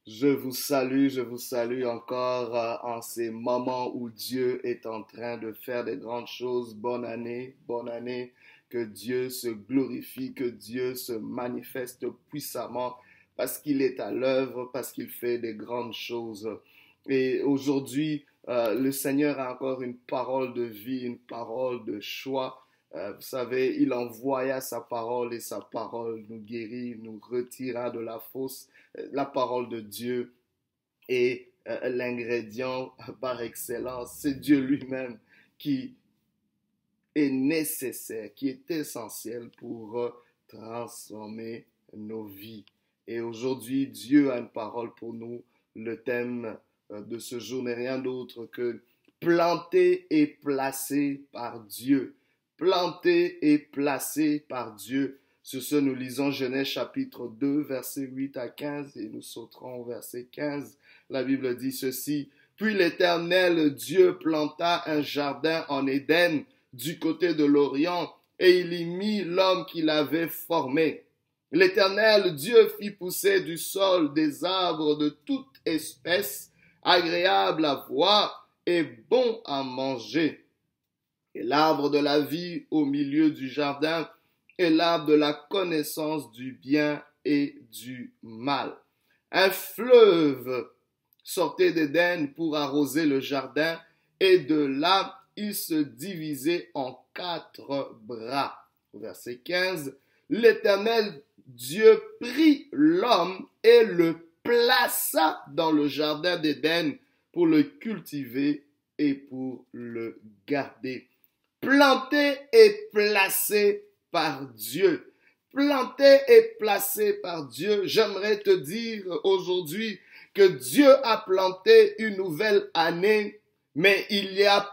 Je vous salue encore en ces moments où Dieu est en train de faire des grandes choses. Bonne année, que Dieu se glorifie, que Dieu se manifeste puissamment parce qu'il est à l'œuvre, parce qu'il fait des grandes choses. Et aujourd'hui, le Seigneur a encore une parole de vie, une parole de choix. Vous savez, il envoya sa parole et sa parole nous guérit, nous retira de la fosse. La parole de Dieu est l'ingrédient par excellence. C'est Dieu lui-même qui est nécessaire, qui est essentiel pour transformer nos vies. Et aujourd'hui, Dieu a une parole pour nous. Le thème de ce jour n'est rien d'autre que planté et placé par Dieu. Planté et placé par Dieu. Sur ce, nous lisons Genèse chapitre 2, versets 8 à 15 et nous sauterons au verset 15. La Bible dit ceci. Puis l'Éternel Dieu planta un jardin en Éden du côté de l'Orient et il y mit l'homme qu'il avait formé. L'Éternel Dieu fit pousser du sol des arbres de toute espèce, agréables à voir et bons à manger. Et l'arbre de la vie au milieu du jardin et l'arbre de la connaissance du bien et du mal. Un fleuve sortait d'Éden pour arroser le jardin et de là il se divisait en 4 bras. Verset 15. L'Éternel Dieu prit l'homme et le plaça dans le jardin d'Éden pour le cultiver et pour le garder. Planté et placé par Dieu. Planté et placé par Dieu. J'aimerais te dire aujourd'hui que Dieu a planté une nouvelle année, mais il y a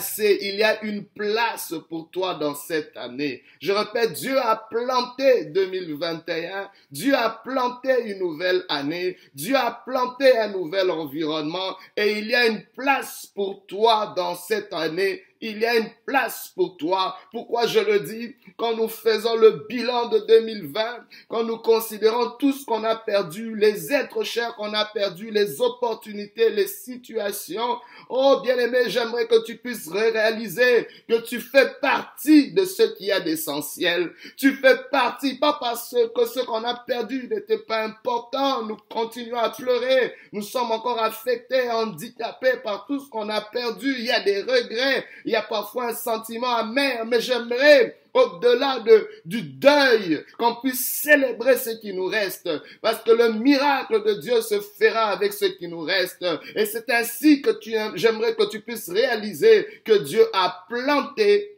une place pour toi dans cette année. Je répète, Dieu a planté 2021, Dieu a planté une nouvelle année, Dieu a planté un nouvel environnement et il y a une place pour toi dans cette année. Il y a une place pour toi. Pourquoi je le dis? Quand nous faisons le bilan de 2020, quand nous considérons tout ce qu'on a perdu, les êtres chers qu'on a perdus, les opportunités, les situations, oh bien-aimé, j'aimerais que tu puisses réaliser que tu fais partie de ce qu'il y a d'essentiel. Tu fais partie, pas parce que ce qu'on a perdu n'était pas important. Nous continuons à pleurer. Nous sommes encore affectés, handicapés par tout ce qu'on a perdu. Il y a des regrets. Il y a parfois un sentiment amer, mais j'aimerais, au-delà du deuil, qu'on puisse célébrer ce qui nous reste, parce que le miracle de Dieu se fera avec ce qui nous reste. Et c'est ainsi que j'aimerais que tu puisses réaliser que Dieu a planté,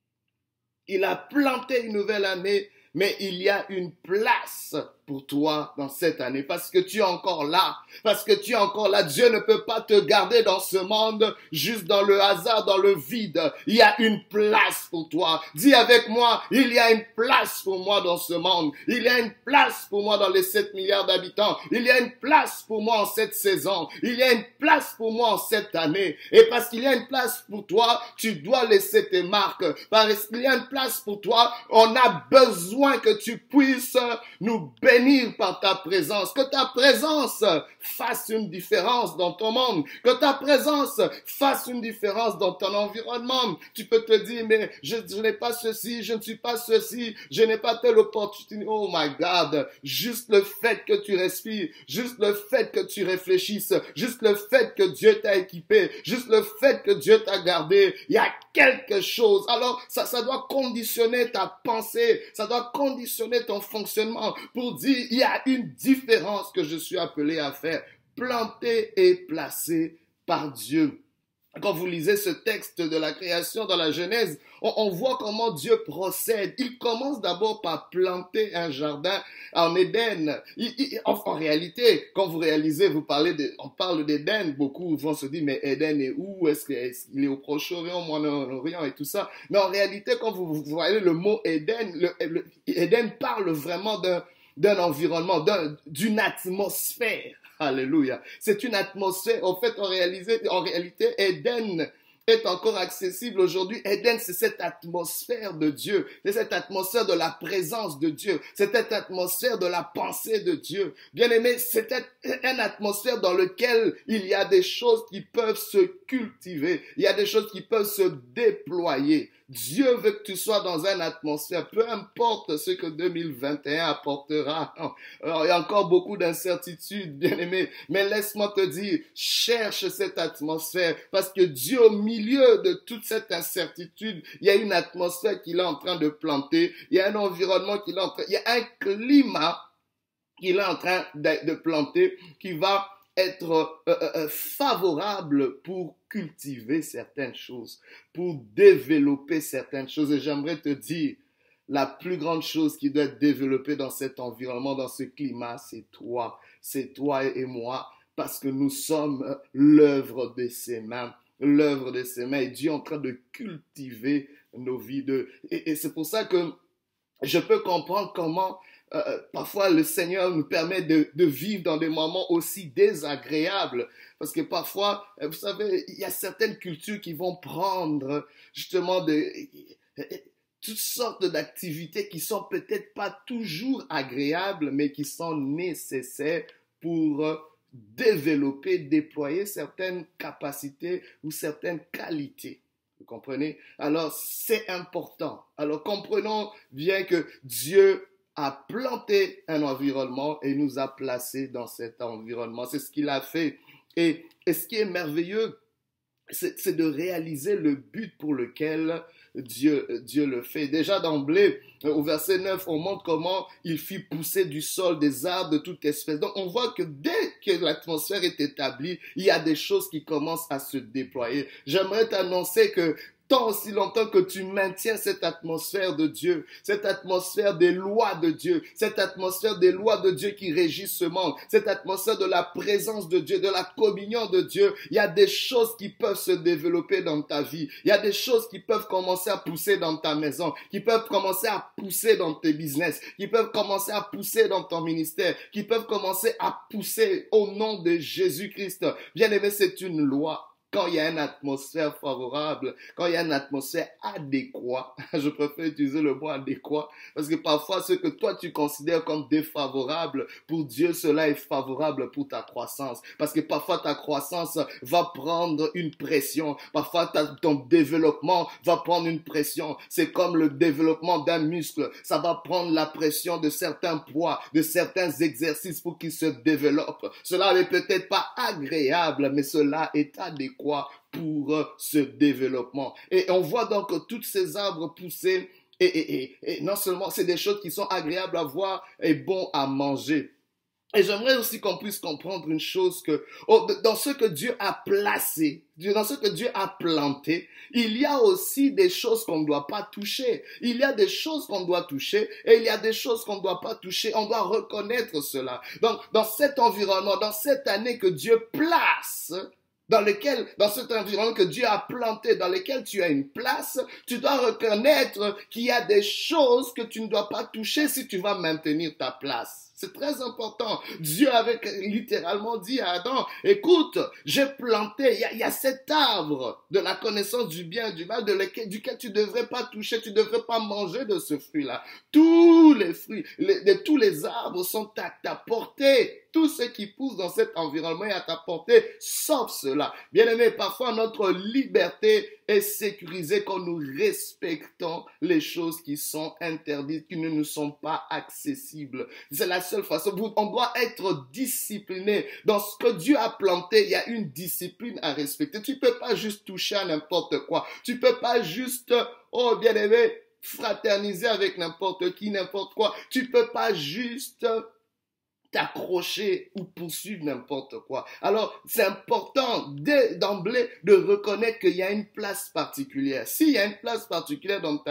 il a planté une nouvelle année, mais il y a une place pour toi dans cette année, parce que tu es encore là, parce que tu es encore là. Dieu ne peut pas te garder dans ce monde juste dans le hasard, dans le vide. Il y a une place pour toi. Dis avec moi, il y a une place pour moi dans ce monde. Il y a une place pour moi dans les 7 milliards d'habitants. Il y a une place pour moi en cette saison. Il y a une place pour moi en cette année. Et parce qu'il y a une place pour toi, tu dois laisser tes marques. Parce qu'il y a une place pour toi, on a besoin que tu puisses nous bénir par ta présence, que ta présence fasse une différence dans ton monde, que ta présence fasse une différence dans ton environnement. Tu peux te dire, mais je n'ai pas ceci, je ne suis pas ceci, je n'ai pas telle opportunité. Oh my God, juste le fait que tu respires, juste le fait que tu réfléchisses, juste le fait que Dieu t'a équipé, juste le fait que Dieu t'a gardé, il y a quelque chose. Alors, ça doit conditionner ta pensée, ça doit conditionner ton fonctionnement pour dire, il y a une différence que je suis appelé à faire, planté et placé par Dieu. Quand vous lisez ce texte de la création dans la Genèse, on voit comment Dieu procède. Il commence d'abord par planter un jardin en Éden. En réalité, quand vous réalisez, on parle d'Éden, beaucoup vont se dire, mais Éden est où? Est-ce qu'il est au Proche-Orient, au Moyen-Orient et tout ça? Mais en réalité, quand vous voyez le mot Éden, Éden parle vraiment d'un environnement, d'une atmosphère. Alléluia. C'est une atmosphère. En fait, en réalité, Éden est encore accessible aujourd'hui. Éden, c'est cette atmosphère de Dieu, c'est cette atmosphère de la présence de Dieu, c'est cette atmosphère de la pensée de Dieu. Bien-aimé, c'est une atmosphère dans laquelle il y a des choses qui peuvent se cultiver, il y a des choses qui peuvent se déployer. Dieu veut que tu sois dans une atmosphère, peu importe ce que 2021 apportera. Alors, il y a encore beaucoup d'incertitudes, bien-aimé, mais laisse-moi te dire, cherche cette atmosphère, parce que Dieu, au milieu de toute cette incertitude, il y a une atmosphère qu'il est en train de planter, il y a un environnement qu'il est en train, il y a un climat qu'il est en train de planter qui va être favorable pour cultiver certaines choses, pour développer certaines choses. Et j'aimerais te dire, la plus grande chose qui doit être développée dans cet environnement, dans ce climat, c'est toi et moi, parce que nous sommes l'œuvre de ses mains. L'œuvre de ses mains, et Dieu est en train de cultiver nos vies. Et c'est pour ça que je peux comprendre comment parfois le Seigneur nous permet de vivre dans des moments aussi désagréables. Parce que parfois, vous savez, il y a certaines cultures qui vont prendre justement toutes sortes d'activités qui sont peut-être pas toujours agréables, mais qui sont nécessaires pour développer, déployer certaines capacités ou certaines qualités. Vous comprenez? Alors, c'est important. Alors, comprenons bien que Dieu a planté un environnement et nous a placés dans cet environnement. C'est ce qu'il a fait. Et ce qui est merveilleux, c'est de réaliser le but pour lequel Dieu le fait. Déjà d'emblée, au verset 9, on montre comment il fit pousser du sol des arbres de toute espèce. Donc on voit que dès que l'atmosphère est établie, il y a des choses qui commencent à se déployer. J'aimerais t'annoncer que tant aussi longtemps que tu maintiens cette atmosphère de Dieu, cette atmosphère des lois de Dieu, cette atmosphère des lois de Dieu qui régissent ce monde, cette atmosphère de la présence de Dieu, de la communion de Dieu, il y a des choses qui peuvent se développer dans ta vie. Il y a des choses qui peuvent commencer à pousser dans ta maison, qui peuvent commencer à pousser dans tes business, qui peuvent commencer à pousser dans ton ministère, qui peuvent commencer à pousser au nom de Jésus-Christ. Bien-aimé, c'est une loi. Quand il y a une atmosphère favorable, quand il y a une atmosphère adéquate, je préfère utiliser le mot adéquat, parce que parfois ce que toi tu considères comme défavorable, pour Dieu cela est favorable pour ta croissance. Parce que parfois ta croissance va prendre une pression, parfois ton développement va prendre une pression. C'est comme le développement d'un muscle, ça va prendre la pression de certains poids, de certains exercices pour qu'il se développe. Cela n'est peut-être pas agréable, mais cela est adéquat pour ce développement. Et on voit donc tous ces arbres pousser et non seulement c'est des choses qui sont agréables à voir et bon à manger. Et j'aimerais aussi qu'on puisse comprendre une chose que dans ce que Dieu a placé, dans ce que Dieu a planté, il y a aussi des choses qu'on ne doit pas toucher. Il y a des choses qu'on doit toucher et il y a des choses qu'on ne doit pas toucher. On doit reconnaître cela. Donc, dans cet environnement, dans cette année que Dieu place, dans cet environnement que Dieu a planté, dans lequel tu as une place, tu dois reconnaître qu'il y a des choses que tu ne dois pas toucher si tu vas maintenir ta place. C'est très important. Dieu avait littéralement dit à Adam, écoute, j'ai planté, il y a cet arbre de la connaissance du bien et du mal duquel tu ne devrais pas toucher, tu ne devrais pas manger de ce fruit-là. Tous les fruits, tous les arbres sont à ta portée. Tout ce qui pousse dans cet environnement est à ta portée, sauf cela. Bien-aimé, parfois notre liberté est sécurisée quand nous respectons les choses qui sont interdites, qui ne nous sont pas accessibles. C'est la seule façon. On doit être discipliné. Dans ce que Dieu a planté, il y a une discipline à respecter. Tu ne peux pas juste toucher à n'importe quoi. Tu ne peux pas juste, oh bien-aimé, fraterniser avec n'importe qui, n'importe quoi. Tu ne peux pas juste t'accrocher ou poursuivre n'importe quoi. Alors, c'est important d'emblée de reconnaître qu'il y a une place particulière. S'il y a une place particulière dans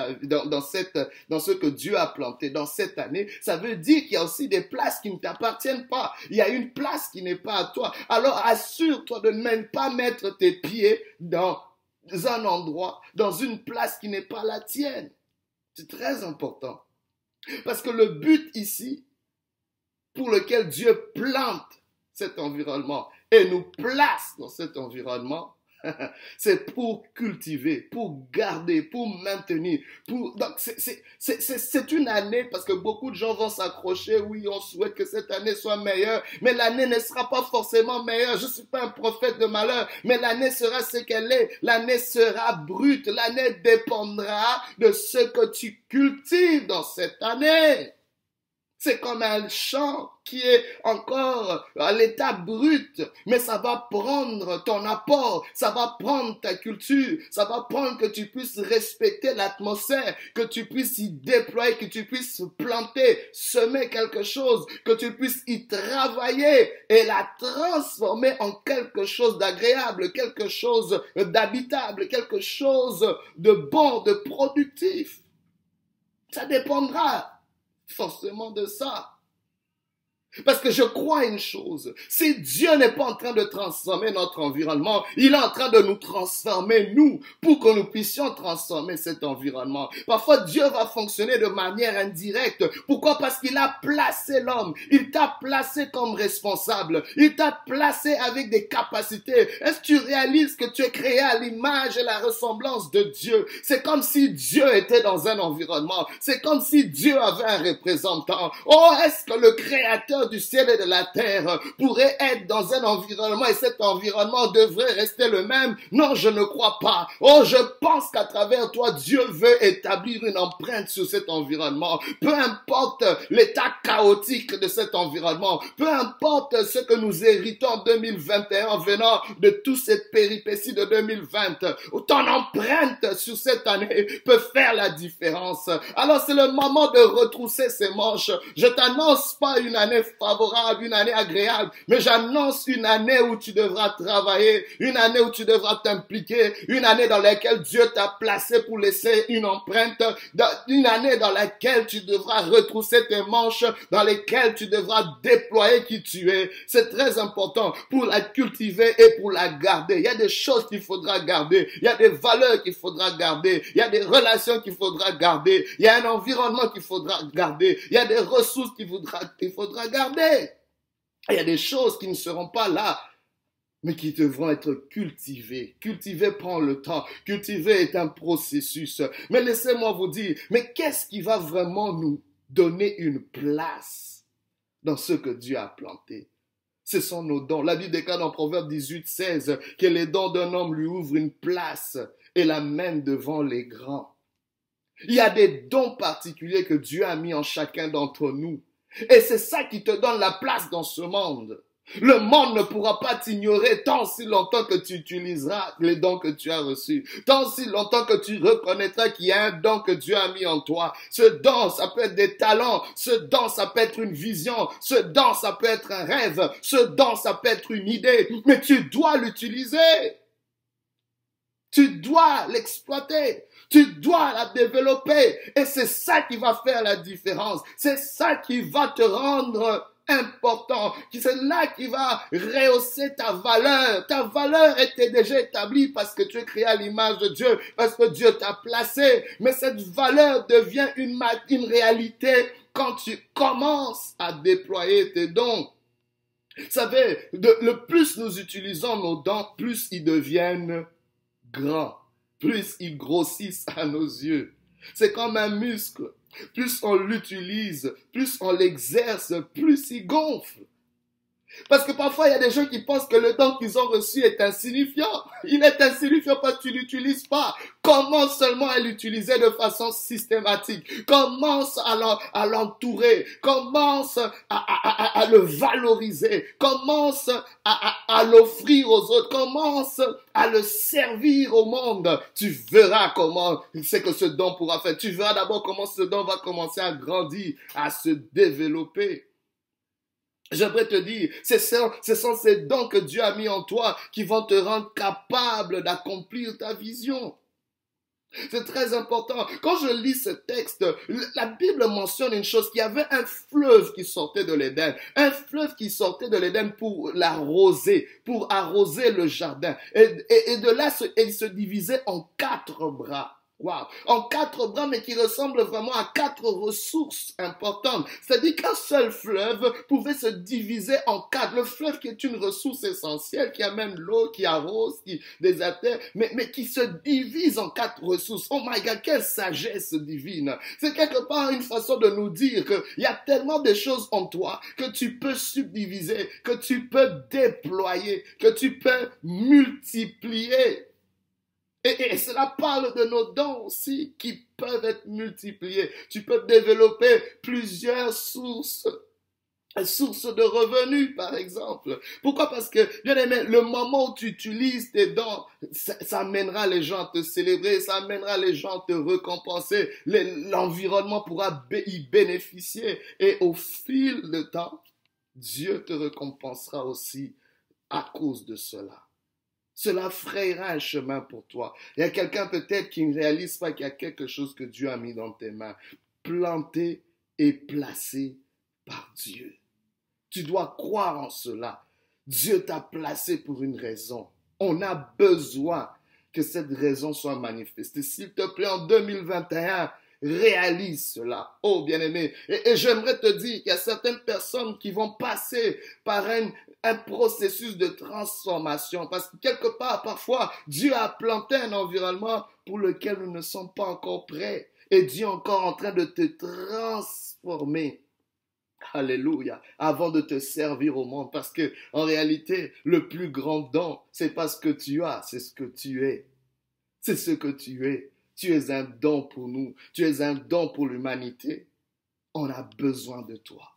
ce que Dieu a planté dans cette année, ça veut dire qu'il y a aussi des places qui ne t'appartiennent pas. Il y a une place qui n'est pas à toi. Alors, assure-toi de ne même pas mettre tes pieds dans un endroit, dans une place qui n'est pas la tienne. C'est très important. Parce que le but ici, pour lequel Dieu plante cet environnement et nous place dans cet environnement, C'est pour cultiver, pour garder, pour maintenir. Donc, c'est une année parce que beaucoup de gens vont s'accrocher. Oui, on souhaite que cette année soit meilleure, mais l'année ne sera pas forcément meilleure. Je ne suis pas un prophète de malheur, mais l'année sera ce qu'elle est. L'année sera brute. L'année dépendra de ce que tu cultives dans cette année. C'est comme un champ qui est encore à l'état brut, mais ça va prendre ton apport, ça va prendre ta culture, ça va prendre que tu puisses respecter l'atmosphère, que tu puisses y déployer, que tu puisses planter, semer quelque chose, que tu puisses y travailler et la transformer en quelque chose d'agréable, quelque chose d'habitable, quelque chose de bon, de productif. Ça dépendra forcément de ça. Parce que je crois une chose, si Dieu n'est pas en train de transformer notre environnement, il est en train de nous transformer, nous, pour que nous puissions transformer cet environnement. Parfois, Dieu va fonctionner de manière indirecte. Pourquoi? Parce qu'il a placé l'homme. Il t'a placé comme responsable. Il t'a placé avec des capacités. Est-ce que tu réalises que tu es créé à l'image et la ressemblance de Dieu? C'est comme si Dieu était dans un environnement. C'est comme si Dieu avait un représentant. Oh, est-ce que le Créateur du ciel et de la terre pourrait être dans un environnement et cet environnement devrait rester le même? Non, je ne crois pas. Oh, je pense qu'à travers toi, Dieu veut établir une empreinte sur cet environnement. Peu importe l'état chaotique de cet environnement, peu importe ce que nous héritons en 2021 venant de toutes ces péripéties de 2020, ton empreinte sur cette année peut faire la différence. Alors c'est le moment de retrousser ses manches. Je t'annonce pas une année favorable, une année agréable, mais j'annonce une année où tu devras travailler, une année où tu devras t'impliquer, une année dans laquelle Dieu t'a placé pour laisser une empreinte, une année dans laquelle tu devras retrousser tes manches, dans laquelle tu devras déployer qui tu es. C'est très important pour la cultiver et pour la garder. Il y a des choses qu'il faudra garder, il y a des valeurs qu'il faudra garder, il y a des relations qu'il faudra garder, il y a un environnement qu'il faudra garder, il y a des ressources qu'il faudra garder. Il y a des choses qui ne seront pas là, mais qui devront être cultivées. Cultiver prend le temps. Cultiver est un processus. Mais laissez-moi vous dire, mais qu'est-ce qui va vraiment nous donner une place dans ce que Dieu a planté? Ce sont nos dons. La Bible déclare dans Proverbe 18:16 que les dons d'un homme lui ouvrent une place et l'amènent devant les grands. Il y a des dons particuliers que Dieu a mis en chacun d'entre nous. Et c'est ça qui te donne la place dans ce monde. Le monde ne pourra pas t'ignorer tant si longtemps que tu utiliseras les dons que tu as reçus. Tant si longtemps que tu reconnaîtras qu'il y a un don que Dieu a mis en toi. Ce don, ça peut être des talents. Ce don, ça peut être une vision. Ce don, ça peut être un rêve. Ce don, ça peut être une idée. Mais tu dois l'utiliser. Tu dois l'exploiter. Tu dois la développer. Et c'est ça qui va faire la différence. C'est ça qui va te rendre important. C'est là qui va rehausser ta valeur. Ta valeur était déjà établie parce que tu es créé à l'image de Dieu, parce que Dieu t'a placé. Mais cette valeur devient une réalité quand tu commences à déployer tes dons. Vous savez, le plus nous utilisons nos dons, plus ils deviennent grands, plus ils grossissent à nos yeux. C'est comme un muscle. Plus on l'utilise, plus on l'exerce, plus il gonfle. Parce que parfois, il y a des gens qui pensent que le don qu'ils ont reçu est insignifiant. Il est insignifiant parce que tu l'utilises pas. Commence seulement à l'utiliser de façon systématique. Commence à l'entourer. Commence à le valoriser. Commence à l'offrir aux autres. Commence à le servir au monde. Tu verras comment c'est que ce don pourra faire. Tu verras d'abord comment ce don va commencer à grandir, à se développer. J'aimerais te dire, ce sont ces dons que Dieu a mis en toi qui vont te rendre capable d'accomplir ta vision. C'est très important. Quand je lis ce texte, la Bible mentionne une chose, qu'il y avait un fleuve qui sortait de l'Éden. Un fleuve qui sortait de l'Éden pour l'arroser, pour arroser le jardin. Et de là, il se divisait en 4 bras. Wow. En 4 bras, mais qui ressemblent vraiment à 4 ressources importantes. C'est-à-dire qu'un seul fleuve pouvait se diviser en 4. Le fleuve qui est une ressource essentielle, qui amène l'eau, qui arrose, qui désaltère, mais qui se divise en 4 ressources. Oh my God, quelle sagesse divine. C'est quelque part une façon de nous dire qu'il y a tellement de choses en toi que tu peux subdiviser, que tu peux déployer, que tu peux multiplier. Et cela parle de nos dons aussi qui peuvent être multipliés. Tu peux développer plusieurs sources de revenus, par exemple. Pourquoi? Parce que, bien aimé, le moment où tu utilises tes dons, ça amènera les gens à te célébrer, ça amènera les gens à te récompenser, l'environnement pourra y bénéficier. Et au fil du temps, Dieu te récompensera aussi à cause de cela. Cela frayera un chemin pour toi. Il y a quelqu'un peut-être qui ne réalise pas qu'il y a quelque chose que Dieu a mis dans tes mains, planté et placé par Dieu. Tu dois croire en cela. Dieu t'a placé pour une raison. On a besoin que cette raison soit manifestée. S'il te plaît, en 2021, réalise cela. Oh, bien-aimé. Et j'aimerais te dire qu'il y a certaines personnes qui vont passer par un processus de transformation. Parce que quelque part, parfois, Dieu a planté un environnement pour lequel nous ne sommes pas encore prêts. Et Dieu est encore en train de te transformer. Alléluia, avant de te servir au monde. Parce que, en réalité, le plus grand don, c'est pas ce que tu as, c'est ce que tu es. C'est ce que tu es. Tu es un don pour nous. Tu es un don pour l'humanité. On a besoin de toi.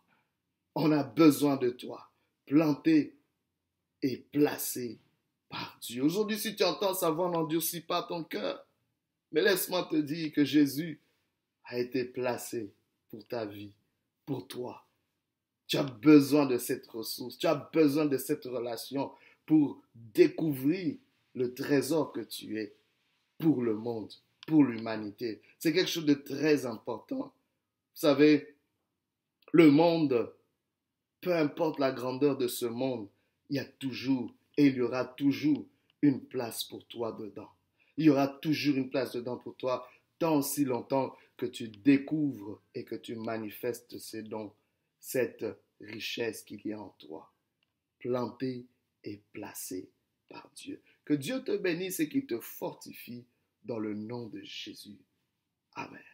On a besoin de toi. Planté et placé par Dieu. Aujourd'hui, si tu entends sa voix, n'endurcis pas ton cœur. Mais laisse-moi te dire que Jésus a été placé pour ta vie, pour toi. Tu as besoin de cette ressource. Tu as besoin de cette relation pour découvrir le trésor que tu es pour le monde, pour l'humanité. C'est quelque chose de très important. Vous savez, le monde, peu importe la grandeur de ce monde, il y a toujours et il y aura toujours une place pour toi dedans. Il y aura toujours une place dedans pour toi, tant aussi longtemps que tu découvres et que tu manifestes ces dons, cette richesse qu'il y a en toi, plantée et placée par Dieu. Que Dieu te bénisse et qu'il te fortifie dans le nom de Jésus. Amen.